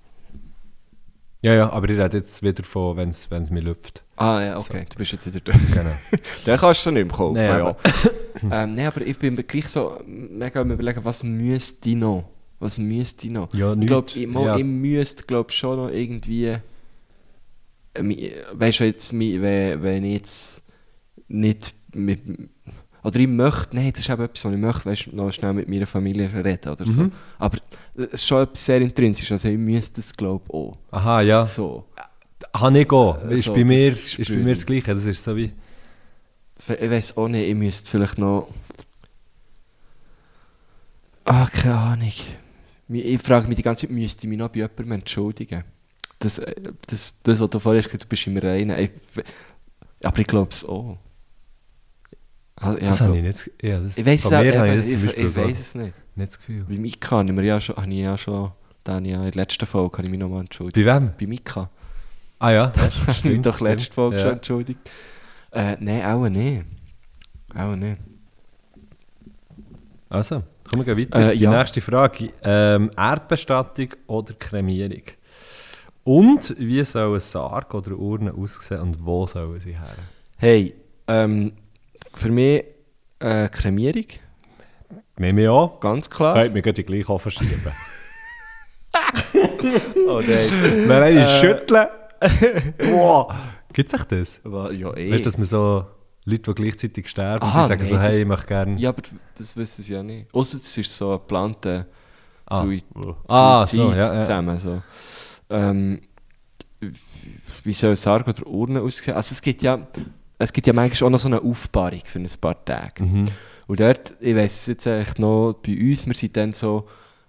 Ja, aber ich rede jetzt wieder von, wenn es mir lüpft. Ah ja, okay, du bist jetzt wieder da. Genau. Dann kannst du sie nicht mehr kaufen, Nee, ja. Nein, aber ich bin mir gleich so mega am überlegen, was müsste ich noch? Ja, Ich glaube, nichts. ich müsste glaub, schon noch irgendwie... weißt du, jetzt, wenn ich jetzt nicht mit... Oder ich möchte, nein, das ist eben etwas, was ich möchte, weißt, noch schnell mit meiner Familie reden oder so. Aber es ist schon etwas sehr intrinsisch, also ich müsste es glaube ich auch. Aha, ja. So. Habe ich auch. Ist So, bei mir das ist bei mir das Gleiche. Das ist so wie... Ich weiss auch nicht, ich müsste vielleicht noch... keine Ahnung. Ich frage mich die ganze Zeit, müsste ich mich noch bei jemandem entschuldigen? Das, was du vorher gesagt hast, du bist im Reinen. Aber ich glaube es auch. Also, Das habe ich nicht... Ja, das, Ich weiss es von mir auch, habe ich das zum ich Beispiel weiss es nicht. nicht das Gefühl. Bei Mika habe ich in der letzten Folge habe ich mich nochmal entschuldigt. Bei wem? Bei Mika. Ah ja, Hast du mich doch letzte Folge Ja. schon entschuldigt? Nein, auch nicht. Auch nicht. Also, kommen wir weiter. Die ja. nächste Frage. Erdbestattung oder Kremierung? Und wie soll ein Sarg oder eine Urne aussehen und wo sollen sie her? Hey, für mich Kremierung, Mimi auch. ganz klar. Könnt mir gleich die gleiche verschieben. Oh nein. Nein, ich schütteln. Wow. Gibt es echt das? Ja, Weißt du, dass man so Leute, die gleichzeitig sterben, Aha, die sagen nein, so, hey, das- ich möchte gerne... Ja, aber das wissen sie ja nicht. Ausser es ist so ein geplanter so, ja. zusammen. So. Wie soll ein Sarg oder Urne aussehen? Also es gibt ja manchmal auch noch so eine Aufbahrung für ein paar Tage. Mhm. Und dort, ich weiss es jetzt eigentlich noch, bei uns, wir sind dann so,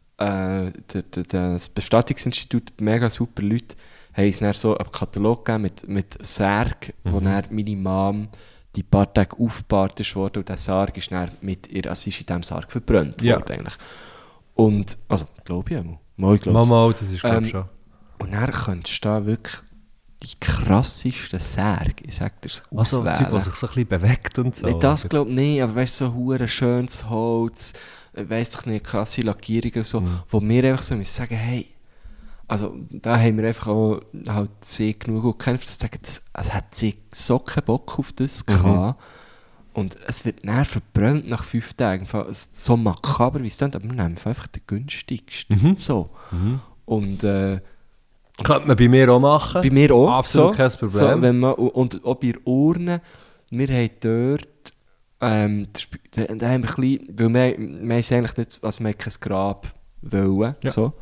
das Bestattungsinstitut, mega super Leute, haben uns dann so einen Katalog gegeben mit Särgen, wo dann meine Mom die paar Tage aufgebahrt ist worden und der Sarg ist dann mit ihr, also ist in diesem Sarg verbrannt Ja. worden eigentlich. Und, also, glaube ich auch. Mal, ich glaub's. Mama, das ist glaube ich schon. Und dann könntest du da wirklich die krassesten Särge, ich sag dir, Also auswählen. Zeug, das sich so ein bisschen bewegt und so. Nicht das oder? glaube ich nicht, aber weißt du, so hure schönes Holz, weiss doch nicht, krasse Lackierungen und so, wo wir einfach so müssen sagen, hey, also da haben wir einfach auch halt sehr genug gekämpft, zu sagen, es hat sie so keinen Bock auf das gehabt. Und es wird dann verbrannt nach 5 Tagen. So makaber wie es klingt, aber wir nehmen einfach den günstigsten. So. Und Könnte man bei mir auch machen. bei mir auch. Absolut so, kein Problem. So, wenn man, und auch bei der Urne, wir haben dort, da haben wir ein bisschen, weil wir es eigentlich nicht, also wir haben kein Grab wollen, Ja. so.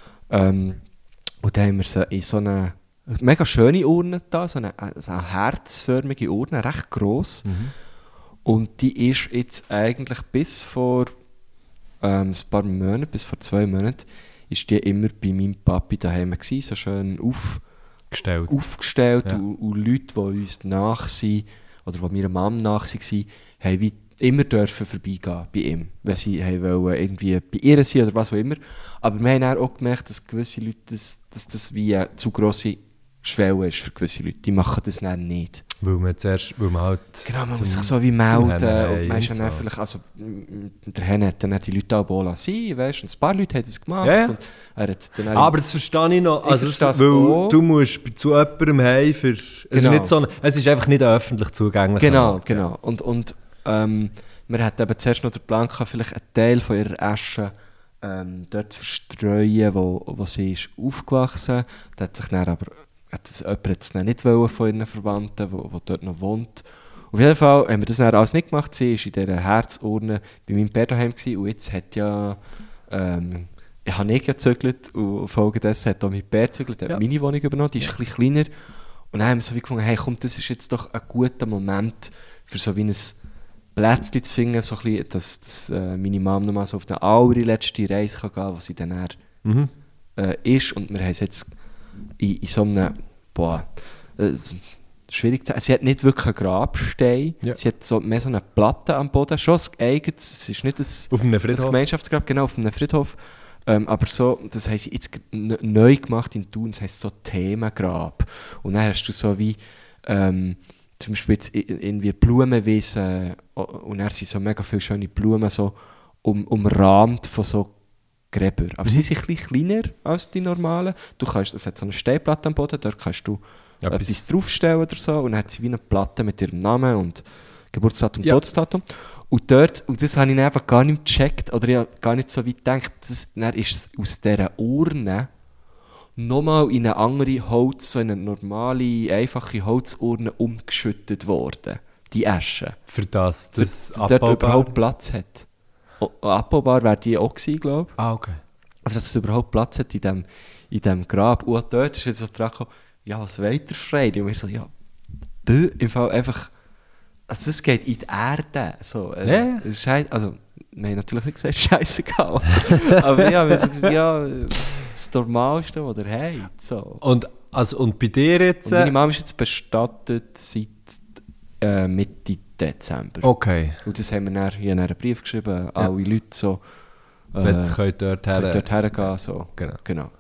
Und dann haben wir sie in so eine mega schöne Urne da, so eine herzförmige Urne, recht gross. Und die ist jetzt eigentlich bis vor ein paar Monaten, bis vor 2 Monaten, ist die immer bei meinem Papi daheim gewesen, so schön aufgestellt Ja. und Leute, die uns nach sind, oder die meiner Mom nach waren, haben wie immer dürfen vorbeigehen bei ihm, wenn sie wollen, irgendwie bei ihr sein oder was auch immer. Aber wir haben dann auch gemerkt, dass gewisse Leute, dass das wie eine zu grosse Schwelle ist für gewisse Leute. Die machen das dann nicht. Weil man halt... Genau, man zum- muss sich so wie zum melden. Hennen Und man ist und dann so. vielleicht, also der Hen hat dann die Leute auch lassen, weißt du, und ein paar Leute haben das gemacht. Ja, ja. Und er hat dann Aber das verstehe ich noch. Also verstehe es weil auch. du musst zu jemandem heim für... Es, Genau. ist nicht so es ist einfach nicht öffentlich zugänglich. Genau. Und wir hatten eben zuerst noch den Plan gehabt, vielleicht einen Teil von ihrer Asche dort zu verstreuen, wo sie ist aufgewachsen. Da hat sich dann aber jemand hat es dann nicht wollen von ihren Verwandten, wo dort noch wohnt. Auf jeden Fall haben wir das dann alles nicht gemacht. Sie war in dieser Herzurne bei meinem Bär daheim gewesen. Und jetzt hat ja... ich habe nicht gezögert und folgedessen hat auch mein Bär gezögert, hat Ja. meine Wohnung übernommen, die ist ein bisschen kleiner. Und dann haben wir so wie gefunden, hey komm, das ist jetzt doch ein guter Moment für so wie ein Plätzchen zu finden, so ein bisschen, dass meine Mom nochmal so auf eine allerletzte Reise kann gehen, wo sie dann ist. Und wir haben es jetzt in so einem, schwierig zu sagen. Sie hat nicht wirklich einen Grabstein. Ja. Sie hat mehr so eine Platte am Boden. Schon ein eigenes, es ist nicht Auf einem ein Friedhof? Gemeinschaftsgrab, genau, auf einem Friedhof. Aber so, das haben sie jetzt neu gemacht in Thun, das heisst so Themengrab. Und dann hast du so wie, zum Beispiel jetzt irgendwie Blumenwiesen, und dann sind so mega viele schöne Blumen so umrahmt von so Gräber. Aber sie sind ein bisschen kleiner als die normalen. Es hat so eine Steinplatte am Boden, dort kannst du etwas draufstellen oder so. Und dann hat sie wie eine Platte mit ihrem Namen und Geburtsdatum und Todesdatum. Und dort, und das habe ich einfach gar nicht gecheckt, oder ich habe gar nicht so weit gedacht, dann ist es aus dieser Urne nochmal in eine andere Holz, so in eine normale, einfache Holzurne umgeschüttet worden. Die Asche. Für das dort überhaupt Platz hat. Abbaubar wäre die auch gewesen, glaube ich. Ah, okay. Aber dass es überhaupt Platz hat in diesem Grab. Und auch dort ist wieder so die Frage gekommen, ja, was weiter frei? Und wir so, ja, im Fall einfach, also das geht in die Erde. So, Ja. Also, wir haben natürlich nicht gesagt, scheißegal. Aber ja, wir haben gesagt, ja, das Normalste, was ihr habt. So. Und bei dir jetzt? Und meine Mama ist jetzt bestattet seit Mitte Dezember. Okay. Und das haben wir dann, ich habe einen Brief geschrieben, alle Leute so. Könnt dort hergehen. So. Genau.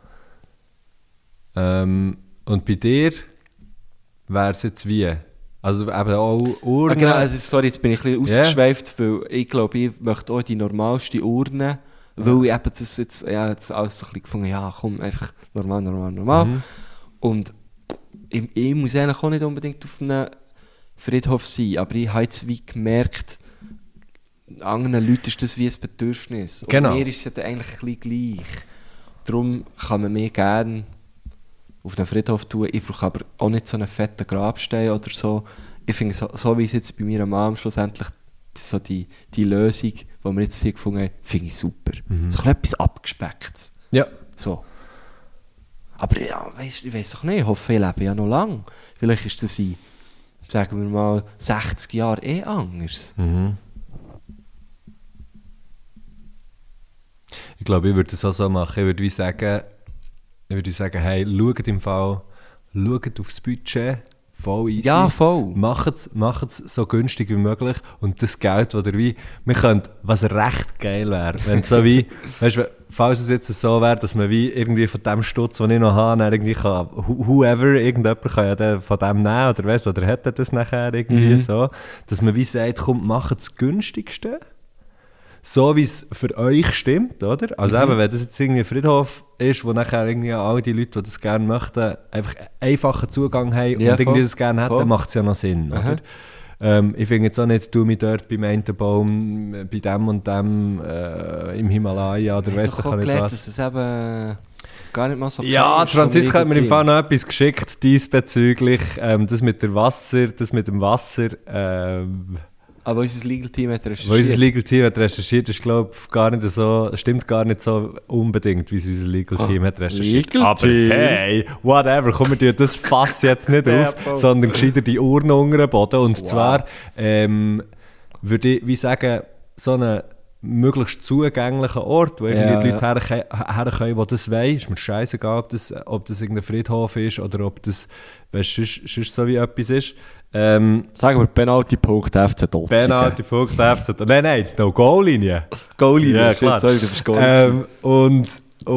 Und bei dir wäre es jetzt wie? Also eben auch Urne? Genau, also, sorry, jetzt bin ich ein bisschen ausgeschweift, weil ich glaube, ich möchte auch die normalste Urne, weil ich eben das jetzt alles so ein bisschen gefunden habe, ja komm, einfach normal. Mhm. Und ich muss eigentlich auch nicht unbedingt auf einem Friedhof sein, aber ich habe jetzt wie gemerkt, anderen Leuten ist das wie ein Bedürfnis. Genau. Und mir ist es ja eigentlich ein bisschen gleich. Darum kann man mir gerne auf den Friedhof tun. Ich brauche aber auch nicht so einen fetten Grabstein oder so. Ich finde, so wie es jetzt bei meiner Mom schlussendlich so die Lösung, die wir jetzt hier gefunden haben, finde ich super. Mhm. So etwas Abgespecktes. Ja. So. Aber ja, ich weiss doch nicht, ich hoffe, ich lebe ja noch lang. Vielleicht ist das in, sagen wir mal, 60 Jahren anders. Mhm. Ich glaube, ich würde es auch so machen. Ich würde sagen, hey, schaut aufs Budget, voll easy. Ja, voll. Macht es so günstig wie möglich und das Geld, das wir könnten, was recht geil wäre, wenn so wie, weißt du, falls es jetzt so wäre, dass man wie irgendwie von dem Stutz, den ich noch habe, dann irgendwie kann, irgendjemand kann ja den von dem nehmen oder weiss, oder hätte das nachher irgendwie so, dass man wie sagt, komm, macht das Günstigste. So wie es für euch stimmt, oder? Also eben, wenn das jetzt irgendwie ein Friedhof ist, wo nachher irgendwie all die Leute, die das gerne möchten, einfach einfachen Zugang haben und irgendwie das gerne hätten, macht es ja noch Sinn, oder? Ich finde jetzt auch nicht, du mich dort beim einen Baum, bei dem und dem im Himalaya oder weiss ich nicht was. Dass es eben gar nicht mal so ja, Franziska hat mir im Fall noch etwas geschickt diesbezüglich, das mit dem Wasser, aber unser Legal Team hat recherchiert. Ist, glaube ich, stimmt gar nicht so unbedingt, wie es unser Legal Team hat recherchiert. Aber hey, whatever, komm, wir tun das Fass jetzt nicht auf, sondern gescheiter die Urne unter den Boden. Und zwar würde ich wie sagen, so einen möglichst zugänglichen Ort, wo irgendwie die Leute herkommen, die das wollen. Ist mir scheißegal, ob das irgendein Friedhof ist oder ob das sonst so wie etwas ist. Sagen wir Penalty.fc Dotzigen. Penalty.fc. Nein, no, Goallinie. Goallinie, ja, klar. Sorry, du bist Goal. Und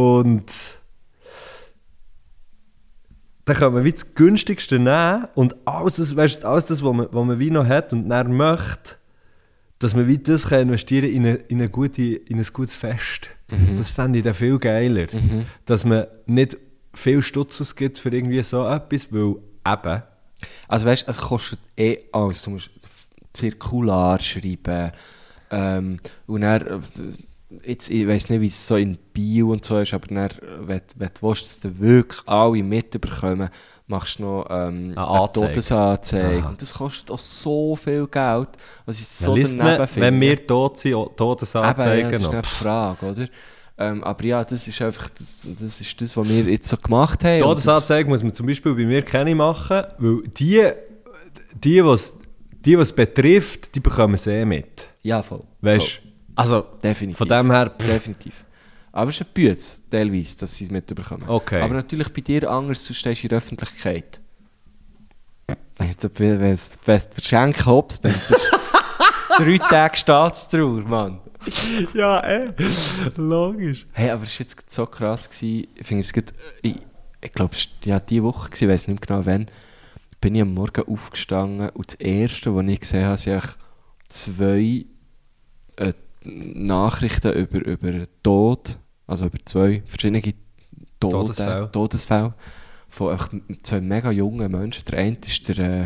dann kann man wie das Günstigste nehmen und alles das, was man wie noch hat und dann möchte, dass man wie das kann investieren in ein gutes Fest. Mhm. Das fände ich dann viel geiler. Mhm. Dass man nicht viel Stutz ausgibt für irgendwie so etwas, weil eben... Also weißt du, es kostet alles. Du musst Zirkular schreiben. Und dann, jetzt, ich weiss nicht, wie es so in Bio und so ist, aber dann, wenn du willst, dass du wirklich alle mitbekommen, machst du noch eine Todesanzeige. Und das kostet auch so viel Geld, was ich so daneben finde. Wenn wir tot sind, Todesanzeigen das ist eine Frage, oder? Aber ja, das ist einfach das ist das, was wir jetzt so gemacht haben. Todesanzeige muss man zum Beispiel bei mir keine machen, weil die was betrifft, die bekommen es mit. Ja, voll. Weißt du? Also, definitiv. Von dem her... Definitiv. Aber es ist ein Bütz, teilweise, dass sie es mitbekommen. Okay. Aber natürlich bei dir anders, du stehst in der Öffentlichkeit. Wenn es der Schenk hops nimmt, das ist 3 Tage Staatstrauer, Mann. Ja, logisch. Hey, aber es war jetzt so krass gewesen. Ich finde es gut. Ich glaube, es war ja diese Woche, ich weiß nicht mehr genau wann, bin ich am Morgen aufgestanden und das Erste, was ich gesehen habe, sind eigentlich 2 Nachrichten über Tod, also über 2 verschiedene Todesfälle von 2 mega jungen Menschen. Der eine war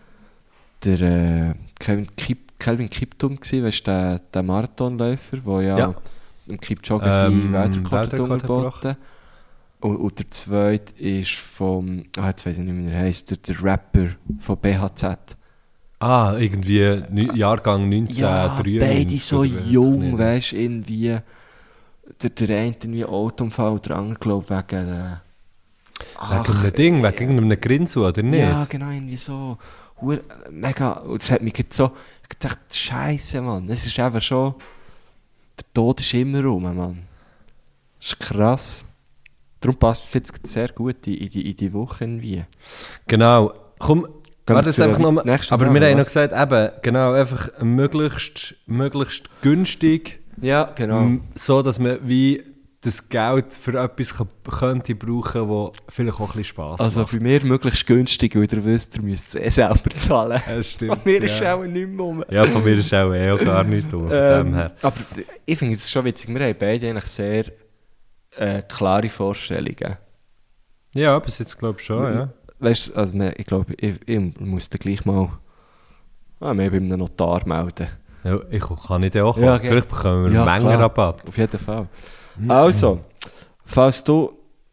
der Kelvin Kiptum, weißt du, der Marathonläufer, der ja im Kipchoge seinen Weltrekord unterboten. Und der zweite ist vom, jetzt weiss ich nicht mehr, wie er heisst, der Rapper von BHZ. Irgendwie Jahrgang 1993. Ja, beide so jung, weißt du, irgendwie. Der eine irgendwie Autounfall, der andere, glaube ich, wegen einem Ding, wegen irgendeinem Grinsu, oder nicht? Ja, genau, irgendwie so. Mega, und das hat mich so gedacht, Scheiße, Mann, es ist einfach schon, der Tod ist immer rum, Mann. Das ist krass. Darum passt es jetzt sehr gut in die Woche irgendwie. Genau. Komm, warte jetzt einfach noch. Aber Frage, wir haben noch gesagt, eben, genau, einfach möglichst günstig. Ja, genau. So, dass man wie das Geld für etwas könnte brauchen, das vielleicht auch ein bisschen Spass also macht. bei mir möglichst günstig, weil ihr wisst, ihr müsst es selber zahlen. Das stimmt. Von mir ist auch nicht mehr rum. Ja, von mir ist auch gar nicht rum, von dem her. Aber ich finde es schon witzig, wir haben beide eigentlich sehr klare Vorstellungen. Ja, bis jetzt glaube ich schon, ja. Weißt du, also ich glaube, ich muss dann gleich mal mehr bei einem Notar melden. Ja, ich kann nicht auch kommen. Ja, okay. Vielleicht bekommen wir einen Mengenrabatt. Auf jeden Fall. Also, falls du...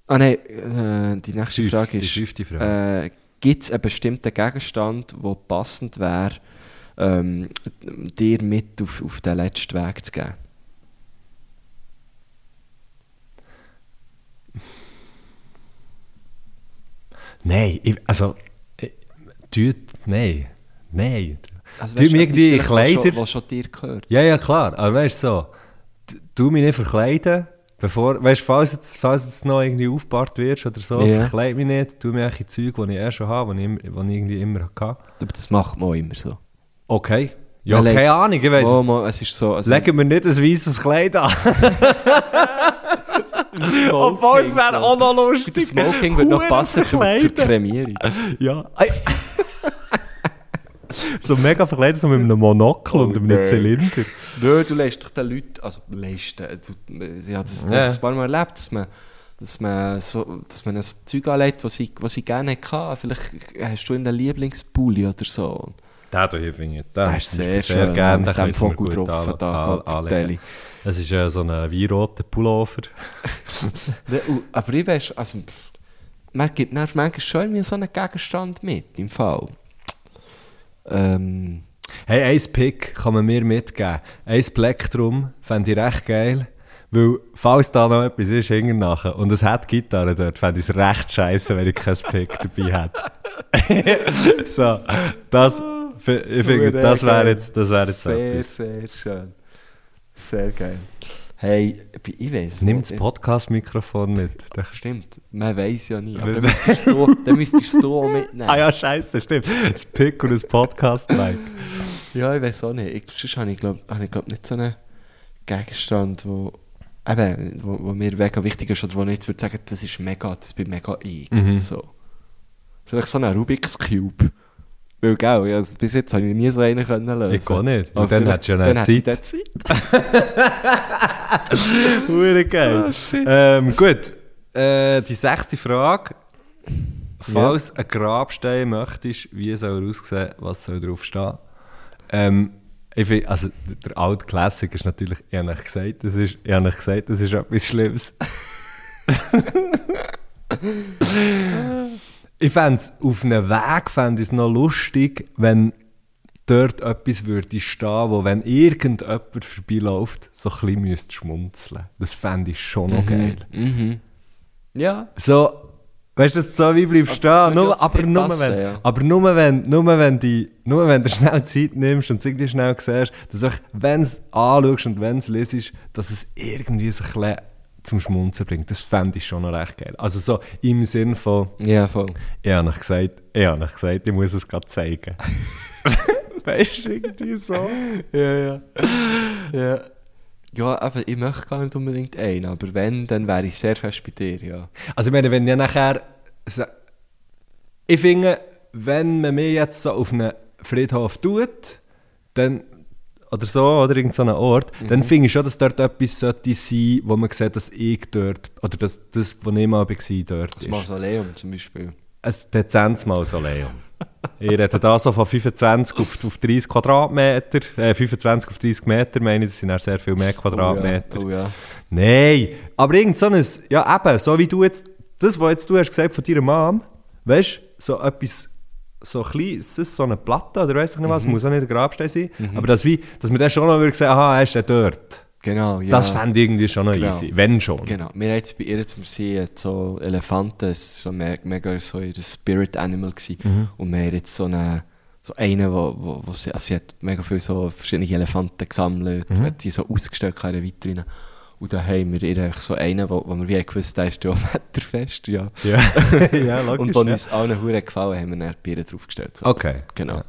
die nächste Frage ist... Die 5. Frage. Gibt es einen bestimmten Gegenstand, der passend wäre, dir mit auf den letzten Weg zu geben? Nein, nein. Also, Du mir irgendwie Kleider... Was schon dir gehört. Ja, klar. Aber weißt du so, du mich nicht verkleiden, bevor, weißt du, falls jetzt noch irgendwie aufgebahrt wirst oder so, verkleid mich nicht, tu mir eigentlich Zeug, die ich schon habe, die ich irgendwie immer hatte. Aber das macht man auch immer so. Okay. Ja, keine Ahnung, ich weiss es ist so... Also legen wir nicht ein weißes Kleid an. Obwohl, es wäre auch noch lustig. Das Smoking würde noch passen zur Kremierung. Ja. So mega verkleidet, so mit einem Monokel und einem Zylinder. Nö, du lässt doch den Leuten... Also, lässt... Ich habe das ein paar Mal erlebt, dass man so Zeug anlegt, was ich gerne hatte. Vielleicht hast du einen Lieblingspulli oder so. Den hier finde ich. Den ist sehr gerne. Mit dem Vogel drauf. Anlegen. Das ist so ein weinroter Pullover. Aber ich weiss, also, man gibt manchmal schon so einen Gegenstand mit, im Fall. Hey, ein Pick kann man mir mitgeben. Ein Plektrum fände ich recht geil. Weil, falls da noch etwas ist, hinten nachher, und es hat Gitarre dort, fände ich es recht scheiße, wenn ich kein Pick dabei hätte. So, ich finde, das wäre jetzt sehr, etwas. Sehr schön. Sehr geil. Hey, ich weiss. Nimm das Podcast-Mikrofon mit. Stimmt, man weiss ja nie. Aber dann müsstest du auch mitnehmen. Ah ja, scheiße, stimmt. Das Pick und das Podcast-Mic. Ja, ich weiss auch nicht. Sonst habe ich glaube nicht so einen Gegenstand, wo mir mega wichtig ist oder wo ich jetzt würde sagen, das bin mega ich. So. Vielleicht so einen Rubik's Cube. Weil, gell, ja, bis jetzt habe ich nie so einen lösen. Ich gar nicht. Und dann hättest du ja eine Zeit. Hure geil. Gut. Die 6. Frage. Falls ein Grabstein möchtest, wie soll er aussehen, was soll drauf stehen? Ich find, also der alte Klassiker ist natürlich, ich habe gesagt, das ist etwas Schlimmes. Ich fände es auf einem Weg noch lustig, wenn dort etwas würde stehen, wo, wenn irgendjemand vorbeiläuft, so ein bisschen müsste schmunzeln. Das fände ich schon noch geil. Ja. So, weißt du, dass du so wie bleibst stehen, aber nur wenn du schnell Zeit nimmst und es irgendwie schnell siehst, dass auch, wenn du es anschaust und wenn du es liest, dass es irgendwie so ein bisschen zum Schmunzeln bringt. Das fände ich schon noch recht geil. Also so im Sinn von, Ja, voll. ich habe gesagt, ich muss es gerade zeigen. Weißt du, irgendwie so? Ja. Ja, aber ich möchte gar nicht unbedingt einen, aber wenn, dann wäre ich sehr fest bei dir, ja. Also ich meine, wenn ja nachher... Ich finde, wenn man mich jetzt so auf einen Friedhof tut, dann... Oder so, oder irgend so einen Ort, dann finde ich schon, dass dort etwas sollte sein, wo man sieht, dass ich dort... Oder dass das, wo ich mal war, dort Das ist. Mausoleum zum Beispiel. Ein dezentes Mausoleum. Ich rede da so von 25 auf 30 Quadratmeter. 25 auf 30 Meter, meine ich, das sind ja sehr viel mehr Quadratmeter. Oh ja. Nein, aber irgend so ein... Ja eben, so wie du jetzt... Das, was jetzt du hast gesagt von deiner Mom, weißt du, so etwas... So klein, ist das so eine Platte oder weiss ich nicht was, muss auch nicht der Grabstein sein. Aber dass man dann schon noch würde sagen, aha, er ist ja dort. Genau, ja. Das fände ich irgendwie schon noch easy, wenn schon. Genau. Wir haben jetzt bei ihr zum See so Elefanten, das war so mega so ihr Spirit Animal gewesen. Und wir haben jetzt so einen, wo sie hat mega viele so verschiedene Elefanten gesammelt, hat die so ausgestellt in einer Vitrine. Und da haben wir ihr so einen, wo wir wie gewusst haben, der ist ja wetterfest. Ja, ja logisch. Und wo uns allen verdammt gefallen haben wir dann die Bier draufgestellt. So. Okay. Genau.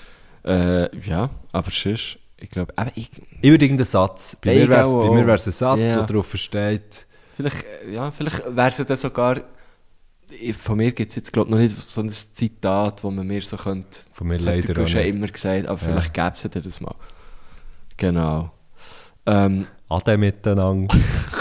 Ja, aber sonst, ich glaube, ich würde irgendeinen Satz, bei mir wäre es ein Satz, Ja. der drauf steht. vielleicht wäre es ja dann sogar, von mir gibt es jetzt glaube ich noch nicht so ein Zitat, wo man mir so könnte, Von mir das hat leider der Guschen auch nicht. immer gesagt, aber vielleicht gäbe es ja dann das mal. Genau. Ade miteinander.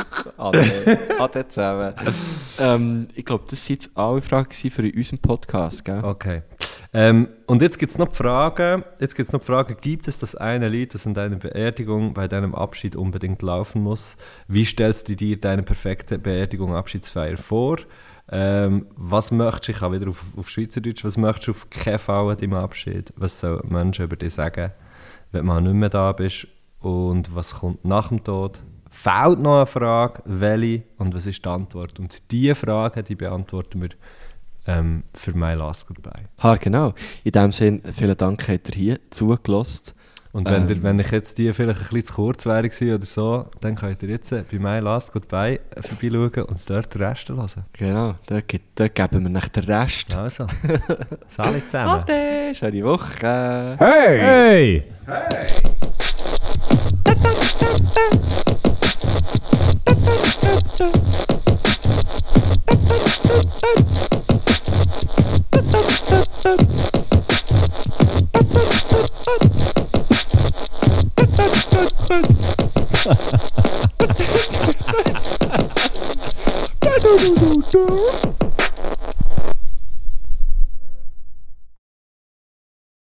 Ade zusammen. Ich glaube, das waren jetzt alle Fragen für unseren Podcast, gell? Okay. Und jetzt gibt es noch die Frage, gibt es das eine Lied, das an deiner Beerdigung, bei deinem Abschied unbedingt laufen muss? Wie stellst du dir deine perfekte Beerdigung, Abschiedsfeier vor? Was möchtest du, ich habe wieder auf Schweizerdeutsch, was möchtest du auf keinen Fall an deinem Abschied? Was sollen Menschen über dich sagen, wenn du mal nicht mehr da bist? Und was kommt nach dem Tod? Fehlt noch eine Frage, welche und was ist die Antwort? Und diese Fragen, die beantworten wir für «My Last Goodbye». Genau. In dem Sinne, vielen Dank, habt ihr hier zugelassen. Und wenn ich jetzt die vielleicht ein bisschen zu kurz wäre oder so, dann könnt ihr jetzt bei «My Last Goodbye» vorbeischauen und dort den Rest hören. Genau, da geben wir nach den Rest. Also, alle zusammen. Ade, schöne Woche. Hey! Da, da, da, da, da.